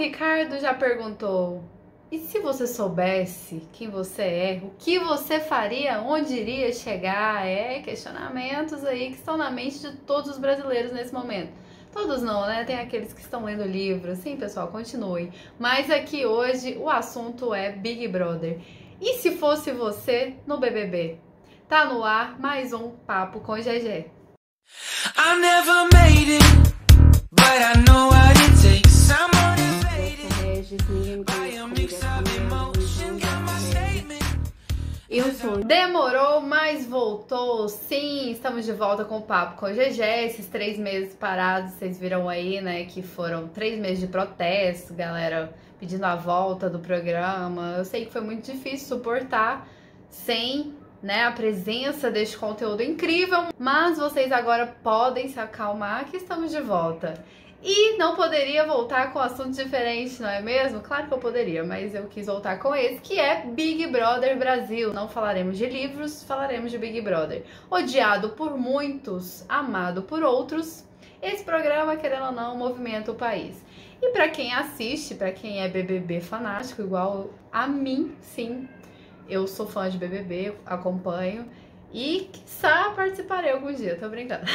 Ricardo já perguntou: e se você soubesse quem você é, o que você faria, onde iria chegar? Questionamentos aí que estão na mente de todos os brasileiros nesse momento. Todos não, né? Tem aqueles que estão lendo livros. Sim, pessoal, continuem. Mas aqui hoje o assunto é Big Brother. E se fosse você no BBB? Tá no ar mais um Papo com GG. I never made it, but I know what it takes. Eu sou. Demorou, mas voltou. Sim, estamos de volta com o Papo com GG. Esses 3 meses parados, vocês viram aí, né? Que foram 3 meses de protesto, galera pedindo a volta do programa. Eu sei que foi muito difícil suportar sem, né, a presença deste conteúdo incrível, mas vocês agora podem se acalmar que estamos de volta. E não poderia voltar com um assunto diferente, não é mesmo? Claro que eu poderia, mas eu quis voltar com esse, que é Big Brother Brasil. Não falaremos de livros, falaremos de Big Brother. Odiado por muitos, amado por outros, esse programa, querendo ou não, movimenta o país. E pra quem assiste, pra quem é BBB fanático, igual a mim, sim, eu sou fã de BBB, acompanho e, quiçá, participarei algum dia, tô brincando.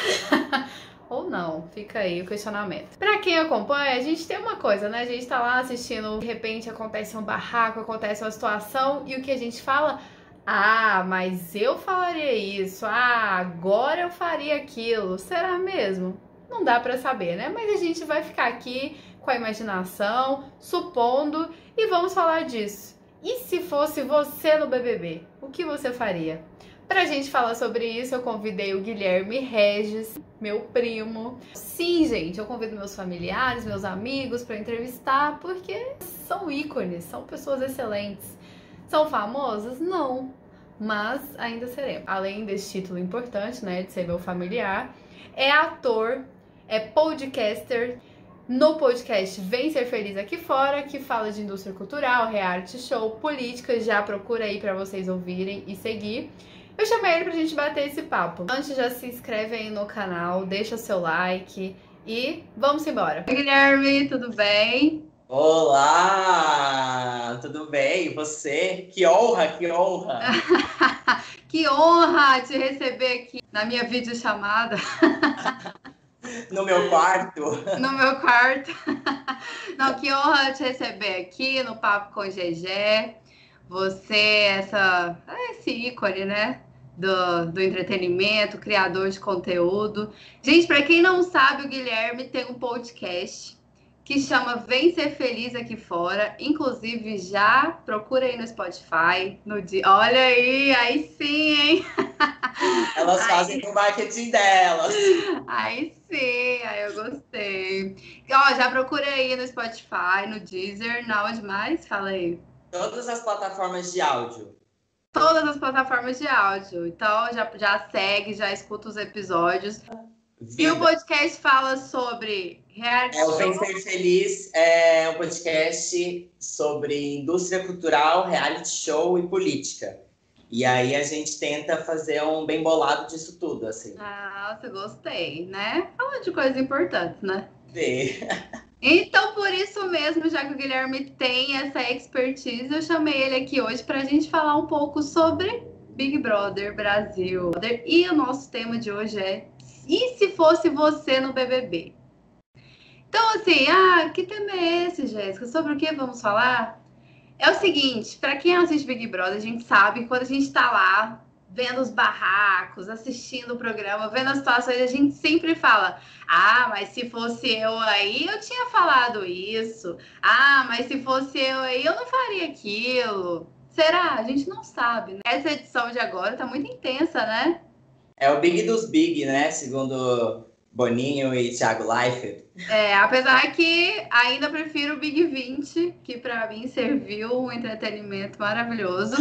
Ou não, fica aí o questionamento. Pra quem acompanha, a gente tem uma coisa, né? A gente tá lá assistindo, de repente acontece um barraco, acontece uma situação e o que a gente fala? Ah, mas eu falaria isso, agora eu faria aquilo. Será mesmo? Não dá pra saber, né? Mas a gente vai ficar aqui com a imaginação, supondo, e vamos falar disso. E se fosse você no BBB, o que você faria? Pra gente falar sobre isso, eu convidei o Guilherme Regis, meu primo. Sim, gente, eu convido meus familiares, meus amigos pra entrevistar, porque são ícones, são pessoas excelentes. São famosos? Não, mas ainda seremos. Além desse título importante, né, de ser meu familiar, é ator, é podcaster, no podcast Vem Ser Feliz Aqui Fora, que fala de indústria cultural, reality show, política. Já procura aí pra vocês ouvirem e seguir. Eu chamei ele pra gente bater esse papo. Antes, já se inscreve aí no canal, deixa seu like e vamos embora. Oi, Guilherme, tudo bem? Olá, tudo bem? E você? Que honra, que honra! Que honra te receber aqui na minha videochamada. No meu quarto? No meu quarto. Não, que honra te receber aqui no Papo com GG. Você é esse ícone, né? Do entretenimento, criador de conteúdo. Gente, para quem não sabe, o Guilherme tem um podcast que chama Vem Ser Feliz Aqui Fora. Inclusive, já procura aí no Spotify. Olha aí sim, hein? Elas fazem o marketing delas. Aí sim, aí eu gostei. Ó, já procura aí no Spotify, no Deezer, na onde mais? Fala aí. Todas as plataformas de áudio. Todas as plataformas de áudio. Então já segue, já escuta os episódios. Vida. E o podcast fala sobre reality o Vem Ser Feliz é um podcast sobre indústria cultural, reality show e política. E aí a gente tenta fazer um bem bolado disso tudo, assim. Nossa, gostei, né? Falando de coisas importantes, né? Sim. Então, por isso mesmo, já que o Guilherme tem essa expertise, eu chamei ele aqui hoje para a gente falar um pouco sobre Big Brother Brasil. E o nosso tema de hoje é: e se fosse você no BBB? Então, assim, que tema é esse, Jéssica? Sobre o que vamos falar? É o seguinte, para quem assiste Big Brother, a gente sabe que quando a gente tá lá, vendo os barracos, assistindo o programa, vendo as situações, a gente sempre fala: mas se fosse eu aí, eu tinha falado isso. Mas se fosse eu aí, eu não faria aquilo. Será? A gente não sabe, né? Essa edição de agora tá muito intensa, né? É o Big dos Big, né? Segundo Boninho e Thiago Leifert. Apesar que ainda prefiro o Big 20, que para mim serviu um entretenimento maravilhoso.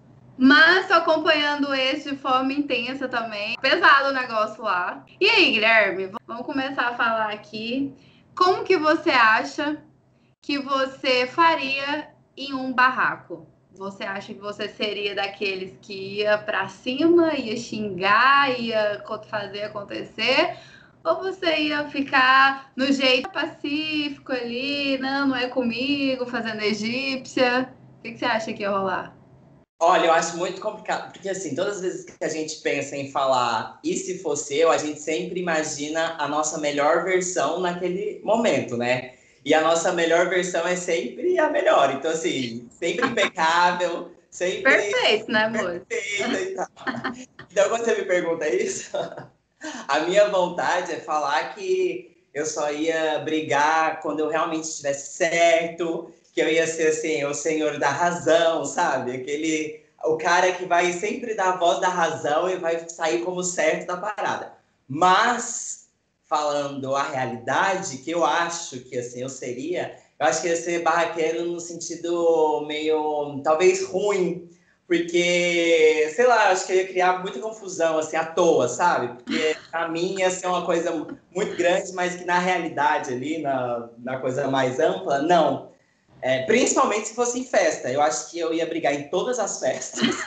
Mas tô acompanhando esse de forma intensa também. Pesado o negócio lá. E aí, Guilherme, vamos começar a falar aqui. Como que você acha que você faria em um barraco? Você acha que você seria daqueles que ia pra cima, ia xingar, ia fazer acontecer? Ou você ia ficar no jeito pacífico ali, não é comigo, fazendo egípcia? O que você acha que ia rolar? Olha, eu acho muito complicado, porque assim, todas as vezes que a gente pensa em falar e se fosse eu, a gente sempre imagina a nossa melhor versão naquele momento, né? E a nossa melhor versão é sempre a melhor. Então, assim, sempre impecável, sempre Perfeito, né, amor? perfeita e tal. Então, quando você me pergunta isso, a minha vontade é falar que eu só ia brigar quando eu realmente estivesse certo, que eu ia ser assim, o senhor da razão, sabe? O cara que vai sempre dar a voz da razão e vai sair como certo da parada. Mas, falando a realidade, que eu acho que assim, eu acho que ia ser barraqueiro no sentido meio, talvez ruim, porque, sei lá, acho que eu ia criar muita confusão, assim, à toa, sabe? Porque pra mim ia ser uma coisa muito grande, mas que na realidade ali, na coisa mais ampla, não. Principalmente se fosse em festa. Eu acho que eu ia brigar em todas as festas.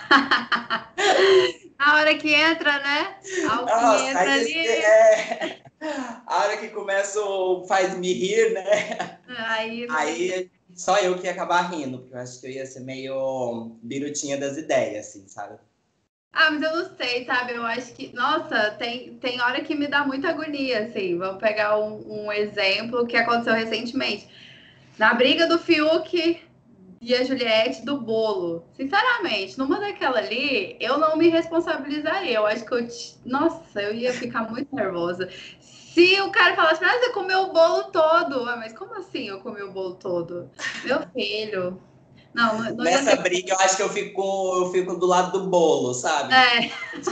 A hora que entra, né? Ao que Nossa, entra ali, a hora que começa o faz-me rir, né? aí não tem. Aí só eu que ia acabar rindo, porque eu acho que eu ia ser meio birutinha das ideias, assim, sabe? Ah, mas eu não sei, sabe? Eu acho que, nossa, tem hora que me dá muita agonia, assim. Vamos pegar um exemplo que aconteceu recentemente. Na briga do Fiuk e a Juliette do bolo. Sinceramente, numa daquela ali, eu não me responsabilizaria. Eu acho que nossa, eu ia ficar muito nervosa. Se o cara falasse, mas você comeu o bolo todo. Ah, mas como assim eu comi o bolo todo? Meu filho. Não, não ia Nessa ser. briga, eu acho que eu fico do lado do bolo, sabe? É,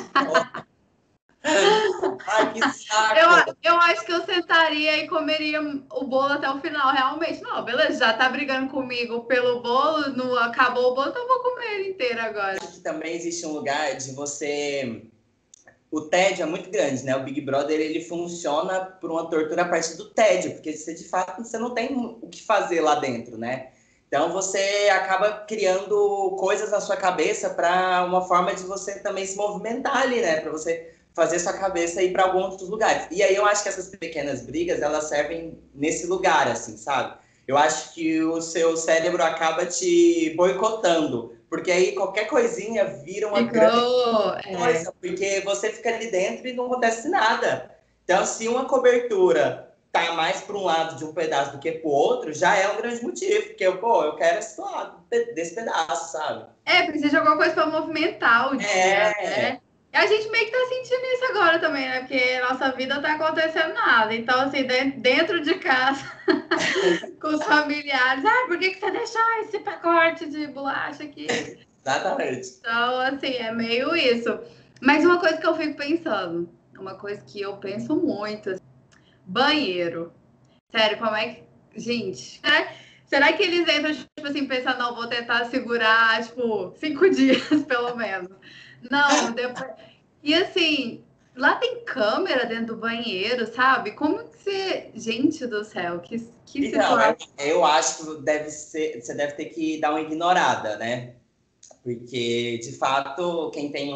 Ai, que saco! eu acho que eu sentaria e comeria o bolo até o final, realmente. Não, beleza, já tá brigando comigo pelo bolo, não acabou o bolo, então eu vou comer ele inteiro agora. Acho que também existe um lugar de você. O tédio é muito grande, né? O Big Brother ele funciona por uma tortura a partir do tédio, porque você de fato você não tem o que fazer lá dentro, né? Então você acaba criando coisas na sua cabeça para uma forma de você também se movimentar ali, né? Para você fazer sua cabeça ir para alguns outros lugares. E aí eu acho que essas pequenas brigas elas servem nesse lugar, assim, sabe? Eu acho que o seu cérebro acaba te boicotando, porque aí qualquer coisinha vira uma grande Ficou. coisa, porque você fica ali dentro e não acontece nada. Então, se uma cobertura tá mais para um lado de um pedaço do que para o outro, já é um grande motivo, porque eu quero esse lado desse pedaço, sabe? Porque você jogou coisa pra movimentar o dia, É, né? E a gente meio que tá sentindo isso agora também, né? Porque nossa vida tá acontecendo nada. Então, assim, dentro de casa, com os familiares, por que você deixou esse pacote de bolacha aqui? exatamente. Então, assim, é meio isso. Mas uma coisa que eu fico pensando, uma coisa que eu penso muito, assim, banheiro. Sério, como é que. Gente, será que eles entram, tipo assim, pensando, não, vou tentar segurar, tipo, 5 dias, pelo menos. Não, depois. E assim, lá tem câmera dentro do banheiro, sabe? Como que você. Gente do céu, que Então, situação. eu acho que você deve ter que dar uma ignorada, né? Porque, de fato, quem tem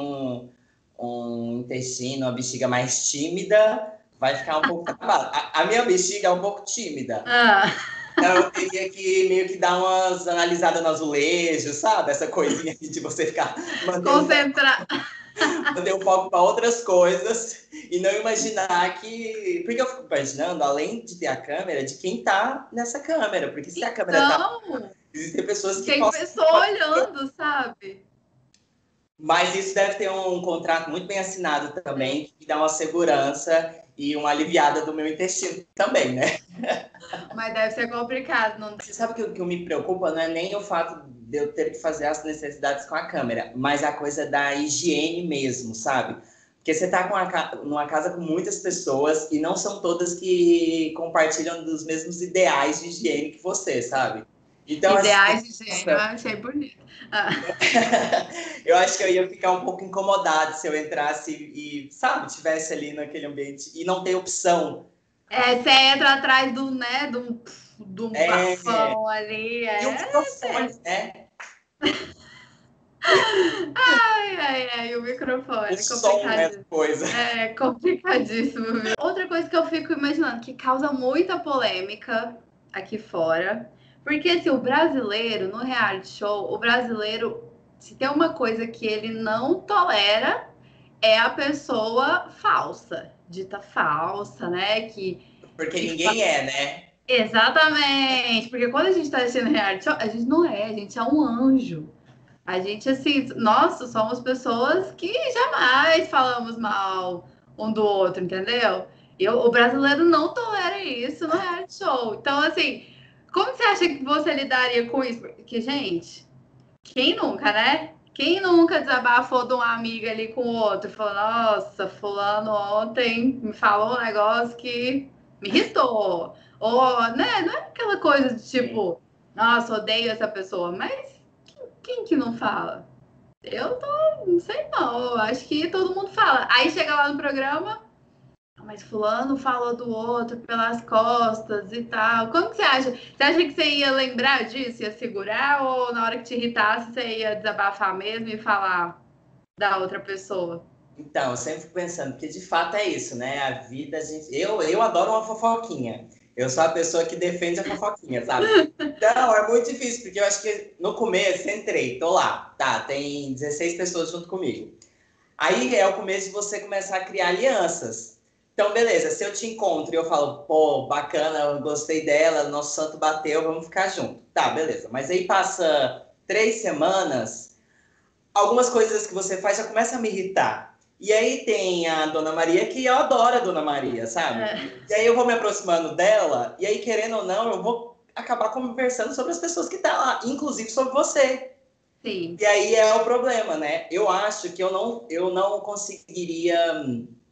um intestino, uma bexiga mais tímida, vai ficar um pouco travado. A minha bexiga é um pouco tímida. Ah, Então, eu teria que meio que dar umas analisadas no azulejo, sabe? Essa coisinha de você ficar, concentrar. manter o foco para outras coisas e não imaginar que. Porque eu fico imaginando, além de ter a câmera, de quem tá nessa câmera. Porque se a câmera tá. Então, Existem pessoas que tem possam. pessoa olhando, sabe? Mas isso deve ter um contrato muito bem assinado É. também, que dá uma segurança e uma aliviada do meu intestino também, né? Mas deve ser complicado, não. Você sabe que o que me preocupa não é nem o fato de eu ter que fazer as necessidades com a câmera, mas a coisa da higiene mesmo, sabe? Porque você tá numa casa com muitas pessoas e não são todas que compartilham dos mesmos ideais de higiene que você, sabe? Então, assim, Ideais de gênio, eu nossa, achei bonito. Ah. eu acho que eu ia ficar um pouco incomodado se eu entrasse e, sabe, tivesse ali naquele ambiente e não ter opção. Você entra atrás do É, bafão ali, e o é. microfone, né? Ai, o O microfone, som é complicadíssimo. coisa. É complicadíssimo, viu? Outra coisa que eu fico imaginando, que causa muita polêmica aqui fora, porque assim, o brasileiro, no reality show, o brasileiro, se tem uma coisa que ele não tolera, é a pessoa falsa, dita falsa, né? Porque Que ninguém é, né? Exatamente, porque quando a gente tá assistindo reality show, a gente não é, a gente é um anjo. A gente, assim, nossa, somos pessoas que jamais falamos mal um do outro, entendeu? O brasileiro não tolera isso no reality show. Então, assim, como você acha que você lidaria com isso? Porque, gente, quem nunca, né? Quem nunca desabafou de uma amiga ali com o outro? Falou, nossa, fulano ontem me falou um negócio que me irritou. Ou, né? Não é aquela coisa de Sim. tipo, nossa, odeio essa pessoa. Mas quem que não fala? Não sei não, eu acho que todo mundo fala. Aí chega lá no programa, mas fulano falou do outro pelas costas e tal. Como que você acha? Você acha que você ia lembrar disso, ia segurar, ou na hora que te irritasse você ia desabafar mesmo e falar da outra pessoa? Então, eu sempre fico pensando, porque de fato é isso, né? A vida, a gente... eu adoro uma fofoquinha. Eu sou a pessoa que defende a fofoquinha, sabe? Então, é muito difícil, porque eu acho que no começo, entrei, tô lá, tá, tem 16 pessoas junto comigo. Aí é o começo de você começar a criar alianças. Então, beleza, se eu te encontro e eu falo, pô, bacana, eu gostei dela, nosso santo bateu, vamos ficar junto. Tá, beleza. Mas aí passa 3 semanas, algumas coisas que você faz já começam a me irritar. E aí tem a Dona Maria, que eu adoro a Dona Maria, sabe? É, E aí eu vou me aproximando dela, e aí, querendo ou não, eu vou acabar conversando sobre as pessoas que estão lá, inclusive sobre você. sim. E aí é o problema, né? Eu acho que eu não conseguiria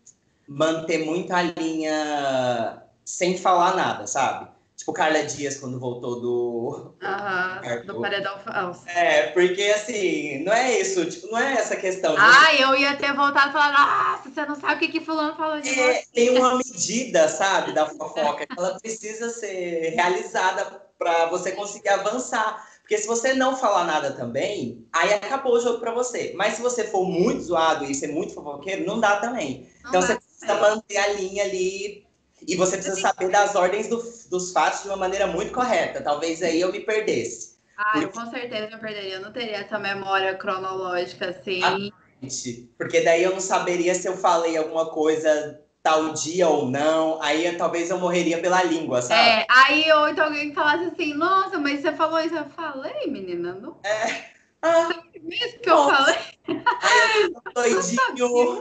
manter muita linha sem falar nada, sabe? Tipo Carla Dias quando voltou do Do quarto. paredão falso. Porque assim, não é isso, tipo, não é essa questão de você Ah, eu ia ter voltado e falar, nossa, você não sabe o que fulano falou de você. tem uma medida, sabe, da fofoca, que ela precisa ser realizada para você conseguir avançar. Porque se você não falar nada também, aí acabou o jogo para você. Mas se você for muito zoado e ser muito fofoqueiro, não dá também. Não Então você dá precisa também. manter a linha ali e você precisa saber das ordens dos fatos de uma maneira muito correta. Talvez aí eu me perdesse. Ah, eu Porque, com certeza me perderia. Eu não teria essa memória cronológica assim. porque daí eu não saberia se eu falei alguma coisa tal dia ou não. Aí talvez eu morreria pela língua, sabe? É, aí ou então alguém falasse assim, nossa, mas você falou isso. Eu falei, menina, não Ah, é mesmo que eu falei. nossa. Aí eu tô doidinho.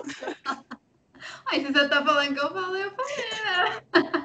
Aí se você tá falando que eu falei, né?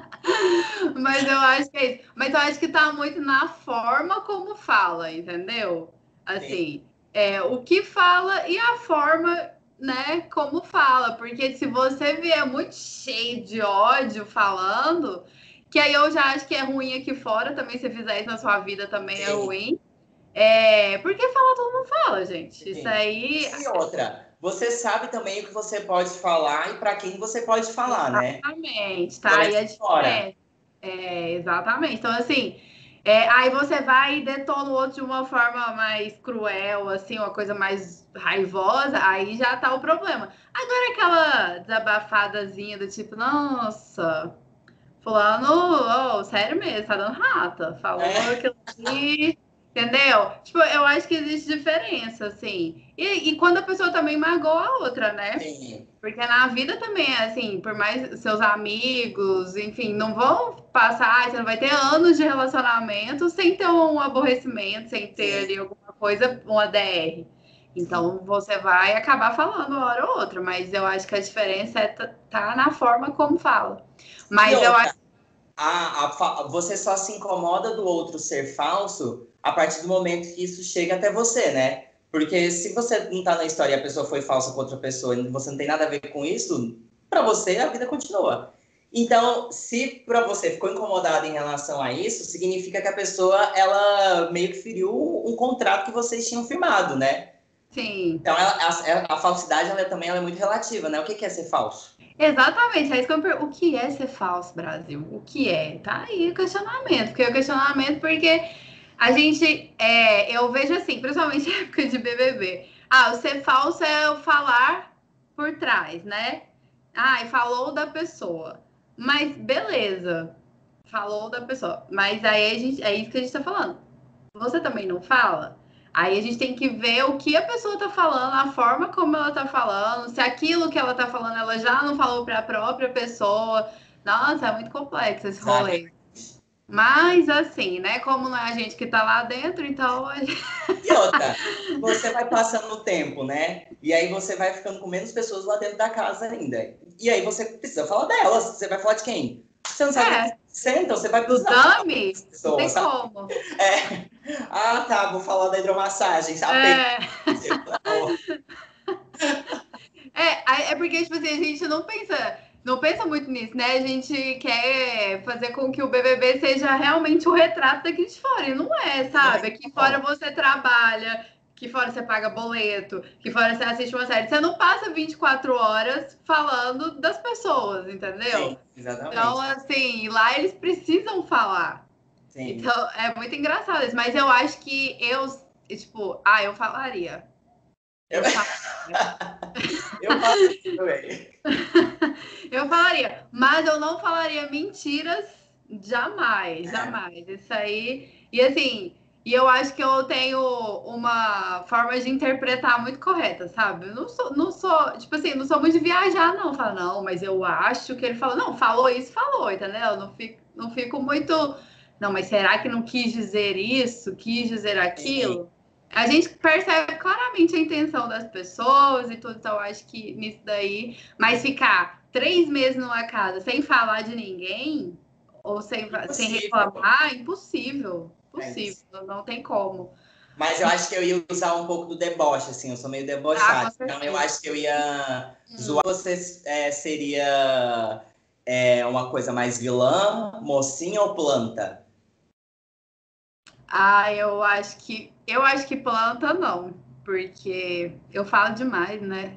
Mas eu acho que é isso. Mas eu acho que tá muito na forma como fala, entendeu? Sim, Assim, o que fala e a forma, né, como fala. Porque se você vier muito cheio de ódio falando, que aí eu já acho que é ruim aqui fora também, se fizer isso na sua vida também é sim, ruim. Porque falar todo mundo fala, gente. Isso sim. aí, E outra, você sabe também o que você pode falar e para quem você pode falar, né? exatamente, tá? Por Aí essa a hora. diferença. Exatamente. Então, assim, aí você vai e detona o outro de uma forma mais cruel, assim, uma coisa mais raivosa, aí já tá o problema. Agora aquela desabafadazinha do tipo, nossa, fulano, sério mesmo, tá dando rata. Falou É, aquilo ali, entendeu? Tipo, eu acho que existe diferença, assim. E quando a pessoa também magoa a outra, né? sim, Porque na vida também é assim, por mais seus amigos, enfim, não vão passar, você não vai ter anos de relacionamento sem ter um aborrecimento, sem ter sim, ali alguma coisa, uma DR. sim. Então você vai acabar falando uma hora ou outra, mas eu acho que a diferença tá na forma como fala. E Mas eu acho outra, você só se incomoda do outro ser falso a partir do momento que isso chega até você, né? Porque se você não tá na história e a pessoa foi falsa com outra pessoa e você não tem nada a ver com isso, para você a vida continua. Então, se para você ficou incomodado em relação a isso, significa que a pessoa ela meio que feriu um contrato que vocês tinham firmado, né? sim. Então, a falsidade ela é muito relativa, né? O que é ser falso? Exatamente, é isso que eu pergunto. O que é ser falso, Brasil? O que é? Tá aí o questionamento. Porque o questionamento, porque Eu vejo assim, principalmente na época de BBB. O ser falso é o falar por trás, né? E falou da pessoa. Mas beleza, falou da pessoa. Mas aí é isso que a gente tá falando. Você também não fala? Aí a gente tem que ver o que a pessoa tá falando, a forma como ela tá falando, se aquilo que ela tá falando ela já não falou para a própria pessoa. Nossa, é muito complexo esse Exato. rolê. Mas assim, né? Como não é a gente que tá lá dentro, então E outra, você vai passando o tempo, né? E aí você vai ficando com menos pessoas lá dentro da casa ainda. E aí você precisa falar delas. Você vai falar de quem? Você não sabe o que é, então você vai do precisar falar dummy, das não pessoas, tem sabe? como. É. Tá, vou falar da hidromassagem. Apenas. É, é porque, tipo assim, a gente não pensa muito nisso, né? A gente quer fazer com que o BBB seja realmente o retrato daqui de fora. E não é, sabe? Aqui fora você trabalha, aqui fora você paga boleto, aqui fora você assiste uma série. Você não passa 24 horas falando das pessoas, entendeu? Sim, Então, exatamente. assim, lá eles precisam falar. Sim. Então, é muito engraçado isso. Mas eu acho que eu falaria. Eu, Eu falaria. eu faço isso também. Eu falaria, mas eu não falaria mentiras jamais, É. jamais. Isso aí. E assim, eu acho que eu tenho uma forma de interpretar muito correta, sabe? Eu não sou, tipo assim, não sou muito de viajar, não. Fala, não, mas eu acho que ele falou, não, falou isso, falou, entendeu? Não fico muito. Não, mas será que não quis dizer isso? Quis dizer Sim. aquilo? A gente percebe claramente a intenção das pessoas e tudo, então eu acho que nisso daí. Mas ficar 3 meses numa casa sem falar de ninguém, ou sem Impossível. reclamar, impossível. É Impossível, impossível. não tem como. Mas eu acho que eu ia usar um pouco do deboche, assim, eu sou meio Com debochado. Então eu certeza. acho que eu ia zoar. Hum. Você seria uma coisa mais vilã, mocinha ou planta? Eu acho que planta não, porque eu falo demais, né?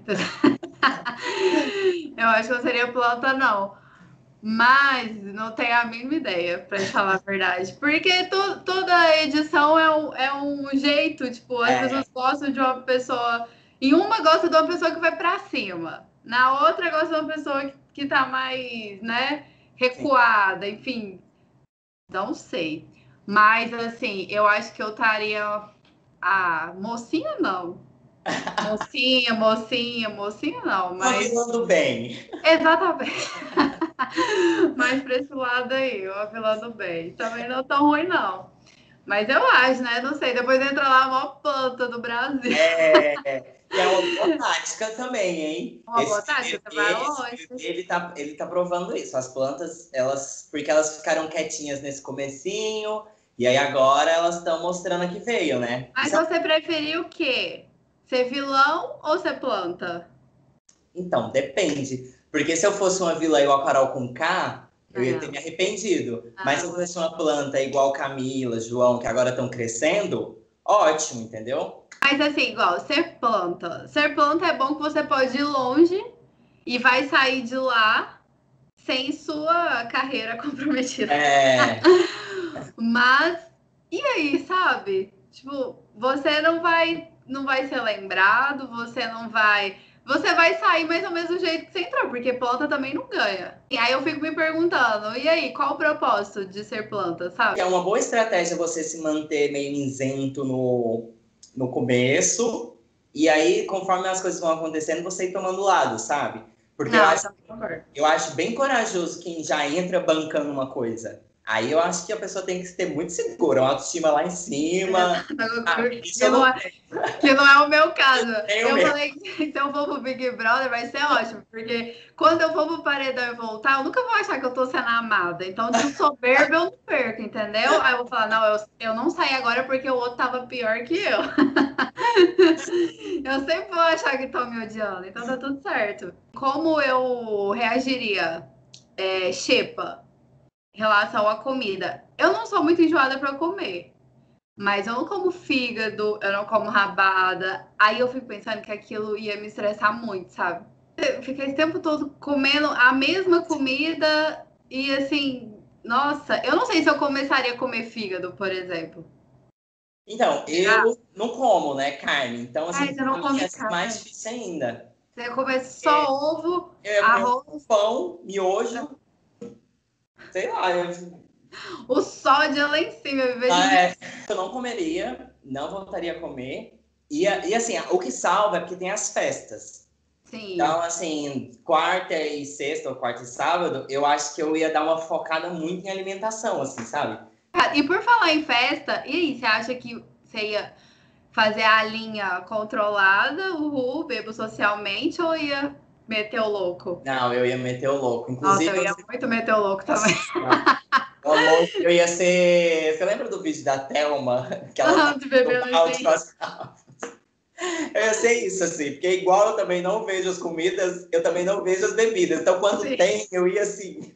Eu acho que eu seria planta não. Mas não tenho a mínima ideia, pra te falar a verdade. Porque toda edição é um jeito, tipo, as É, pessoas gostam de uma pessoa. Em uma gosta de uma pessoa que vai pra cima. Na outra gosta de uma pessoa que tá mais, né, sim. recuada, enfim. Não sei. Mas assim, eu acho que eu estaria. Mocinha não. Mocinha não, Uma mas. vilã do bem. Exatamente. Mais pra esse lado aí, o vilã do bem. Também não tão ruim, não. Mas eu acho, né? Não sei. Depois entra lá a maior planta do Brasil. Que é uma boa tática também, hein? Uma boa tática, você vai Esse longe. BBB ele tá provando isso. As plantas, porque elas ficaram quietinhas nesse comecinho, e aí agora elas estão mostrando que veio, né? Mas você preferiu o quê? Ser vilão ou ser planta? Então, depende. Porque se eu fosse uma vilã igual a Carol com K, eu ia ter Não, me arrependido. Mas se eu não. fosse uma planta igual Camila, João, que agora estão crescendo, ótimo, entendeu? Mas assim, igual, ser planta. Ser planta é bom que você pode ir longe e vai sair de lá sem sua carreira comprometida. É, Mas, e aí, sabe? Tipo, você não vai ser lembrado, você vai sair mais ou menos do jeito que você entrou, porque planta também não ganha. E aí eu fico me perguntando, e aí, qual o propósito de ser planta, sabe? é uma boa estratégia você se manter meio isento no começo, e aí, conforme as coisas vão acontecendo, você ir tomando lado, sabe? Porque eu Não, eu acho, também concordo. eu acho bem corajoso quem já entra bancando uma coisa. Aí eu acho que a pessoa tem que ter muito segura, uma autoestima lá em cima. Ah, isso Que eu não não é, que não é o meu caso. tenho Eu mesmo. falei que se eu for pro Big Brother vai ser ótimo, porque quando eu for pro paredão e voltar, eu nunca vou achar que eu tô sendo amada. Então, de soberba eu não perco, entendeu? Aí eu vou falar, não, eu não saí agora porque o outro tava pior que eu. Eu sempre vou achar que estão me odiando, então tá tudo certo. Como eu reagiria, Xepa, em relação à comida? Eu não sou muito enjoada pra comer. Mas eu não como fígado, eu não como rabada. Aí eu fico pensando que aquilo ia me estressar muito, sabe? Eu fiquei esse tempo todo comendo a mesma comida e assim, nossa, eu não sei se eu começaria a comer fígado, por exemplo. Então, Ah, eu não como, né, carne. Então, ai, assim, você pra não mim come ia ser mais carne. difícil ainda. Você come só ovo, Eu ia comer um arroz, pão, miojo, sei lá. o sódio lá em cima, viver de Eu não comeria, não voltaria a comer. E assim, o que salva é porque tem as festas. sim. Então, assim, quarta e sexta, ou quarta e sábado, eu acho que eu ia dar uma focada muito em alimentação, assim, sabe? E por falar em festa, e aí, você acha que você ia fazer a linha controlada, bebo socialmente, ou ia meter o louco? Não, eu ia meter o louco. Nossa, eu Inclusive, eu, ia muito meter o louco também. nossa, o amor, eu ia ser. Você lembra do vídeo da Thelma? Que ela tá De no bebendo balde com assim. as. Eu ia ser isso, assim, porque igual eu também não vejo as comidas, eu também não vejo as bebidas. Então, quando Sim. tem, eu ia assim,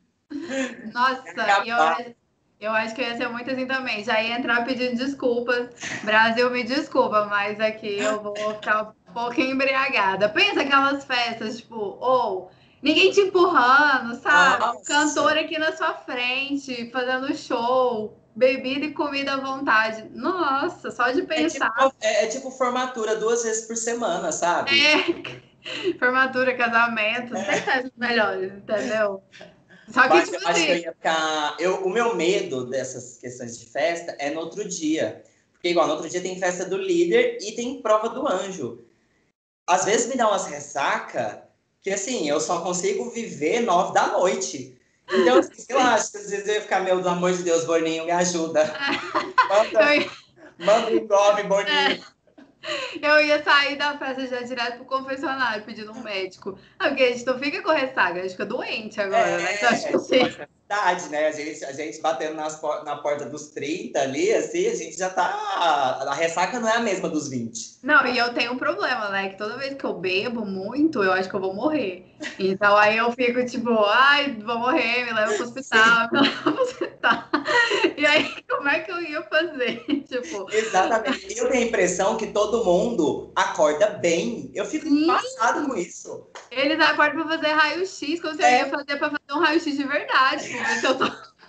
Nossa, acabar. eu acho que eu ia ser muito assim também. Já ia entrar pedindo desculpas. Brasil, me desculpa, mas aqui eu vou ficar um pouco embriagada. Pensa aquelas festas, tipo, ou ninguém te empurrando, sabe? Cantor Nossa! aqui na sua frente, fazendo show, bebida e comida à vontade. Nossa, só de É tipo, pensar. é tipo formatura 2 vezes por semana, sabe? Formatura, casamento, tem festas melhores, entendeu? Só que, Mas eu tipo acho que eu assim, ia ficar. O meu medo dessas questões de festa é no outro dia. Porque, igual, no outro dia tem festa do líder e tem prova do anjo. Às vezes me dá umas ressaca que, assim, eu só consigo viver 9 da noite. Então, assim, sei lá, acho que às vezes eu ia ficar, meu, pelo amor de Deus, Boninho, me ajuda. eu Manda, ia, manda um engove, Boninho. eu ia sair da festa já direto pro confessionário pedindo um médico. Ah, porque a gente não fica com ressaca, a gente fica doente agora, né? Então, acho que Tipo, assim. acho que é verdade, né? A gente batendo na porta dos 30 ali, assim, a gente já tá. A ressaca não é a mesma dos 20. Não, e eu tenho um problema, né? Que toda vez que eu bebo muito, eu acho que eu vou morrer. Então aí eu fico tipo, ai, vou morrer, me leva pro Sim, hospital, me leva pro hospital. E aí, como é que eu ia fazer? Tipo, exatamente. Eu tenho a impressão que todo mundo acorda bem. Eu fico sim, passado com isso. eles acordam pra fazer raio-x, como se eu ia É, fazer pra fazer um raio-x de verdade, tipo, ver se eu tô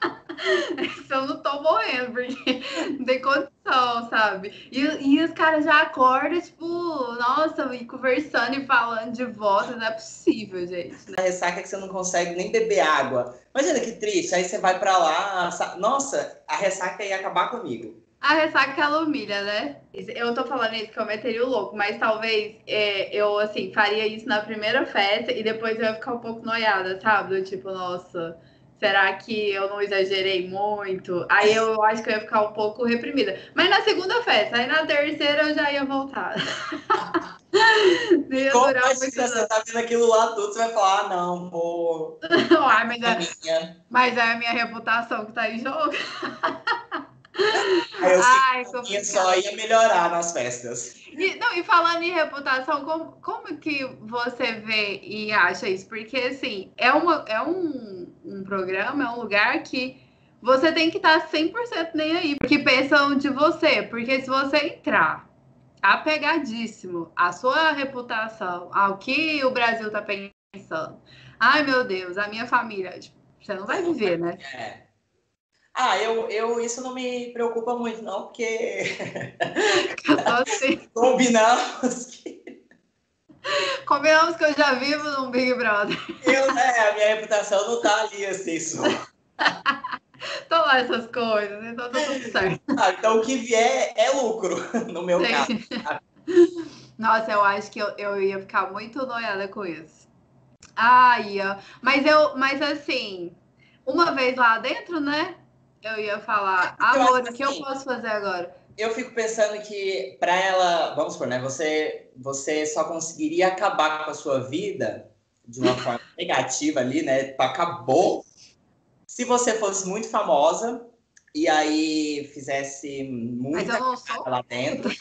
se eu não tô morrendo, porque não tem condição, sabe? E os caras já acordam, tipo, nossa, e conversando e falando de volta, não é possível, gente. Né? a ressaca é que você não consegue nem beber água. Imagina que triste. Aí você vai pra lá. Nossa, a ressaca ia acabar comigo. A ressaca ela humilha, né? Eu tô falando isso que eu meteria o louco, mas talvez eu, assim, faria isso na primeira festa e depois eu ia ficar um pouco noiada, sabe? Do tipo, nossa, será que eu não exagerei muito? Aí eu acho que eu ia ficar um pouco reprimida. Mas na segunda festa, aí na terceira eu já ia voltar. Não E ia como durar muito, imagina, você não. tá vendo aquilo lá tudo, você vai falar, ah, não, pô, Ai, a minha. mas é a minha reputação que tá em jogo. Aí eu sei que Ai, a minha só complicado. ia melhorar nas festas. Não, e falando em reputação, como que você vê e acha isso? Porque, assim, um programa, é um lugar que você tem que estar 100% nem aí, porque pensam de você. Porque se você entrar apegadíssimo à sua reputação, ao que o Brasil tá pensando, ai meu Deus, a minha família, tipo, você não Você vai não vai. viver, né? É. Isso não me preocupa muito, não, porque Eu tô assim. combinamos que Combinamos que eu já vivo num Big Brother. a minha reputação não tá ali, assim, só. Tô lá essas coisas, então tá tudo certo. Ah, então o que vier é lucro, no meu caso. Sim. Nossa, eu acho que eu ia ficar muito noiada com isso. Ah, ia. Mas assim, uma vez lá dentro, né? Eu ia falar, Eu acho amor, que o que eu assim, posso fazer agora? eu fico pensando que para ela, vamos supor, né, você só conseguiria acabar com a sua vida de uma forma negativa ali, né? Tipo, acabou se você fosse muito famosa e aí fizesse Mas eu muita não cagada sou. lá dentro.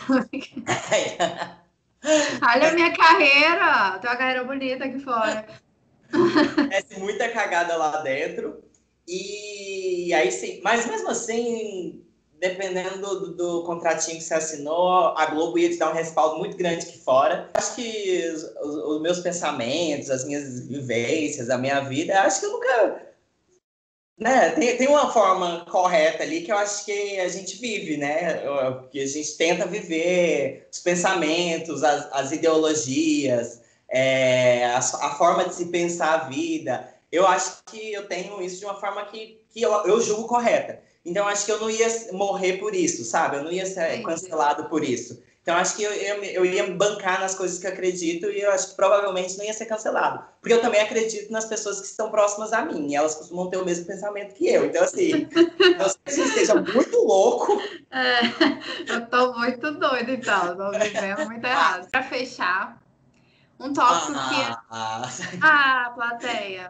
Olha a minha carreira! Tem uma carreira bonita aqui fora. Fizesse muita cagada lá dentro. E aí sim, mas mesmo assim, dependendo do contratinho que você assinou, a Globo ia te dar um respaldo muito grande aqui fora. Acho que os meus pensamentos, as minhas vivências, a minha vida, acho que eu nunca. Né, tem uma forma correta ali que eu acho que a gente vive, né? Que a gente tenta viver os pensamentos, as ideologias, a forma de se pensar a vida. Eu acho que eu tenho isso de uma forma que eu julgo correta. Então, acho que eu não ia morrer por isso, sabe? Eu não ia ser Entendi. cancelado por isso. Então, acho que eu ia bancar nas coisas que eu acredito e eu acho que provavelmente não ia ser cancelado. Porque eu também acredito nas pessoas que estão próximas a mim e elas costumam ter o mesmo pensamento que eu. Então, assim, não sei se eu esteja muito louco. É, eu tô muito doida, então. Tô vivendo muito errado. Pra fechar, um tópico que... Ah, Ah, plateia.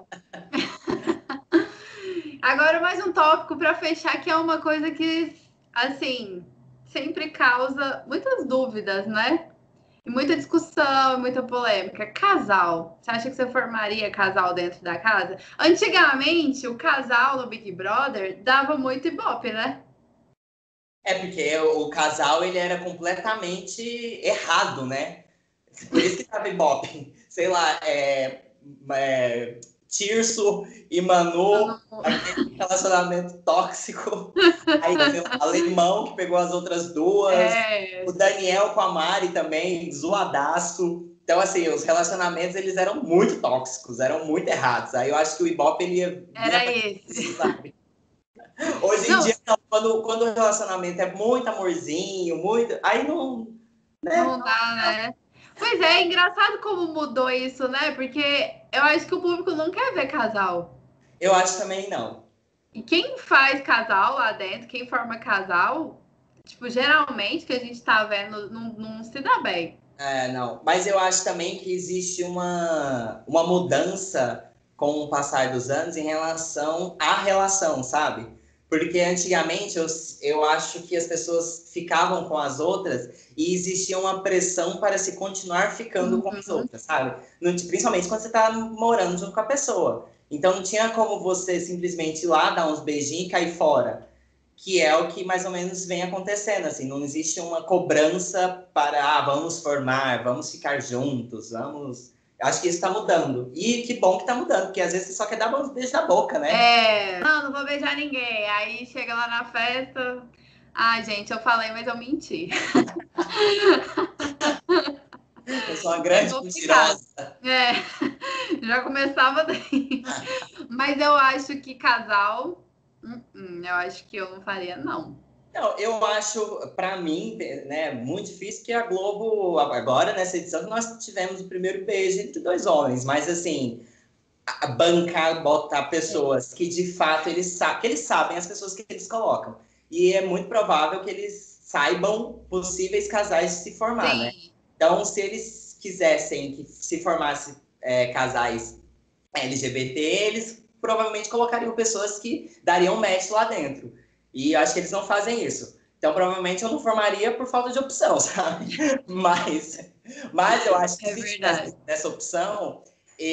Agora mais um tópico pra fechar, que é uma coisa que, assim, sempre causa muitas dúvidas, né? E muita discussão, muita polêmica. Casal. Você acha que você formaria casal dentro da casa? Antigamente, o casal no Big Brother dava muito ibope, né? é porque o casal ele era completamente errado, né? Por isso que tava Ibope. Sei lá, Tirso e Manu, aquele relacionamento tóxico. Aí, sei lá, Alemão, que pegou as outras duas. É, O Daniel com a Mari também, zoadaço. Então, assim, os relacionamentos, eles eram muito tóxicos, eram muito errados. Aí eu acho que o Ibope, ele ia vir era pra esse. isso, sabe? Hoje em Não, dia, não. Quando o relacionamento é muito amorzinho, muito... Aí não... Né? não dá, né? Pois é, é engraçado como mudou isso, né? Porque eu acho que o público não quer ver casal. Eu acho também não. E quem faz casal lá dentro, quem forma casal, tipo, geralmente que a gente tá vendo, não se dá bem. Não. Mas eu acho também que existe uma mudança com o passar dos anos em relação à relação, sabe? Porque antigamente eu acho que as pessoas ficavam com as outras e existia uma pressão para se continuar ficando com as Uhum. outras, sabe? Principalmente quando você está morando junto com a pessoa. Então não tinha como você simplesmente ir lá, dar uns beijinhos e cair fora, que é o que mais ou menos vem acontecendo, assim, não existe uma cobrança para, vamos formar, vamos ficar juntos, vamos... Acho que isso está mudando. E que bom que está mudando, porque às vezes você só quer dar um beijo na boca, né? É, não vou beijar ninguém. Aí chega lá na festa. Ai, gente, eu falei, mas eu menti. Eu sou uma É grande complicado. mentirosa. É, já começava daí. Mas eu acho que casal, eu acho que eu não faria, não. Não, eu acho, para mim, né, muito difícil que a Globo, agora nessa edição, que nós tivemos o primeiro beijo entre dois homens, mas assim, bancar, botar pessoas que de fato que eles sabem as pessoas que eles colocam. E é muito provável que eles saibam possíveis casais de se formar, né? Sim, Então, se eles quisessem que se formasse casais LGBT, eles provavelmente colocariam pessoas que dariam match lá dentro. E eu acho que eles não fazem isso. Então, provavelmente eu não formaria por falta de opção, sabe? Mas eu acho que é se tivesse verdade. essa opção,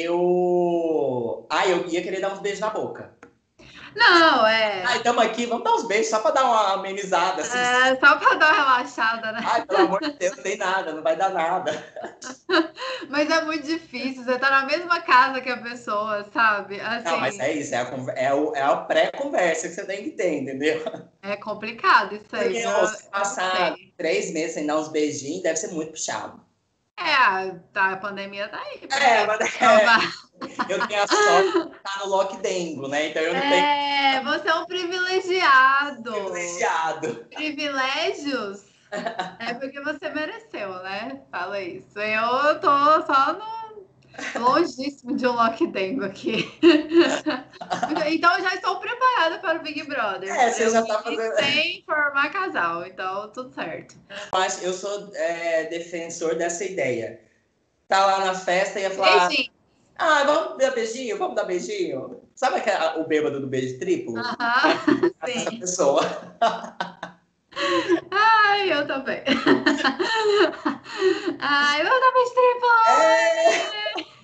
eu ia querer dar uns beijos na boca. Não, é. Estamos aqui, vamos dar uns beijos só para dar uma amenizada, assim. É só pra dar uma relaxada, né? Pelo amor de Deus, não tem nada, não vai dar nada. Mas é muito difícil. Você tá na mesma casa que a pessoa, sabe? Não, mas Assim, é isso, é a pré-conversa que você tem que ter, entendeu? é complicado isso aí, Porque viu? se Eu não passar sei. 3 meses sem dar uns beijinhos, deve ser muito puxado. Tá, a pandemia tá aí É, pra mas provar. eu tenho a sorte de estar no lockdown, né? Então eu não tenho É, você é um privilegiado. privilegiado. Privilégios é porque você mereceu, né? Fala isso. Eu tô só no longíssimo de um lockdown aqui. Então eu já estou preparada para o Big Brother. Você Eu já tá vim fazendo. sem formar casal, então tudo certo. Mas eu sou defensor dessa ideia. Tá lá na festa e ia falar: Beijinho. vamos dar beijinho, vamos dar beijinho. Sabe o bêbado do beijo triplo? Aham, Essa sim. pessoa. Ai, eu também. Ai, meu nome É...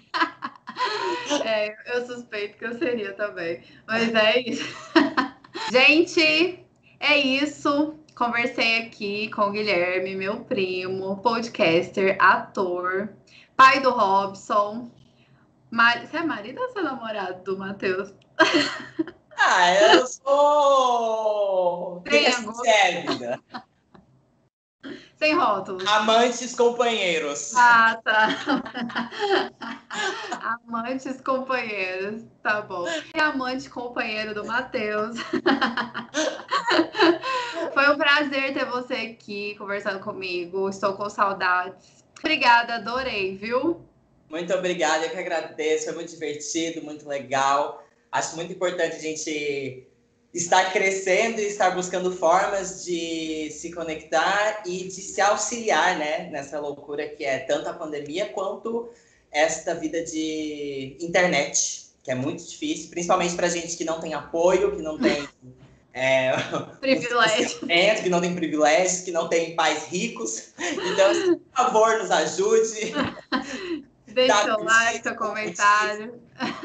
é, eu suspeito que eu seria também. Mas é isso. Gente, é isso. Conversei aqui com o Guilherme, meu primo, podcaster, ator, pai do Robson. Você é marido ou você é namorado do Matheus? Ah, eu sou... O que a gente é, vida? Sem rótulos. Amantes companheiros. Ah, tá. Amantes companheiros, tá bom. E amante companheiro do Matheus. Foi um prazer ter você aqui conversando comigo. Estou com saudades. Obrigada, adorei, viu? Muito obrigado, eu que agradeço. Foi muito divertido, muito legal. Acho muito importante a gente estar crescendo e estar buscando formas de se conectar e de se auxiliar, né? Nessa loucura que é tanto a pandemia quanto esta vida de internet, que é muito difícil, principalmente para gente que não tem apoio, que não tem privilégio, que não tem privilégios, que não tem pais ricos. Então, por favor, nos ajude. deixe seu like, seu comentário.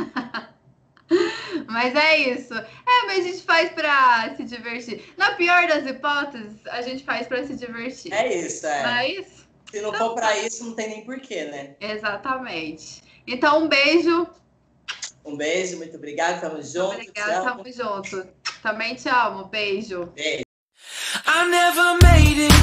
Mas é isso. Mas a gente faz pra se divertir. Na pior das hipóteses, a gente faz pra se divertir. É isso, Não é isso? Se não for pra isso, não tem nem porquê, né? Exatamente. Então, um beijo. Um beijo, muito obrigado, tamo junto. Obrigada, tamo junto. Também te amo, beijo. Beijo. I never made it.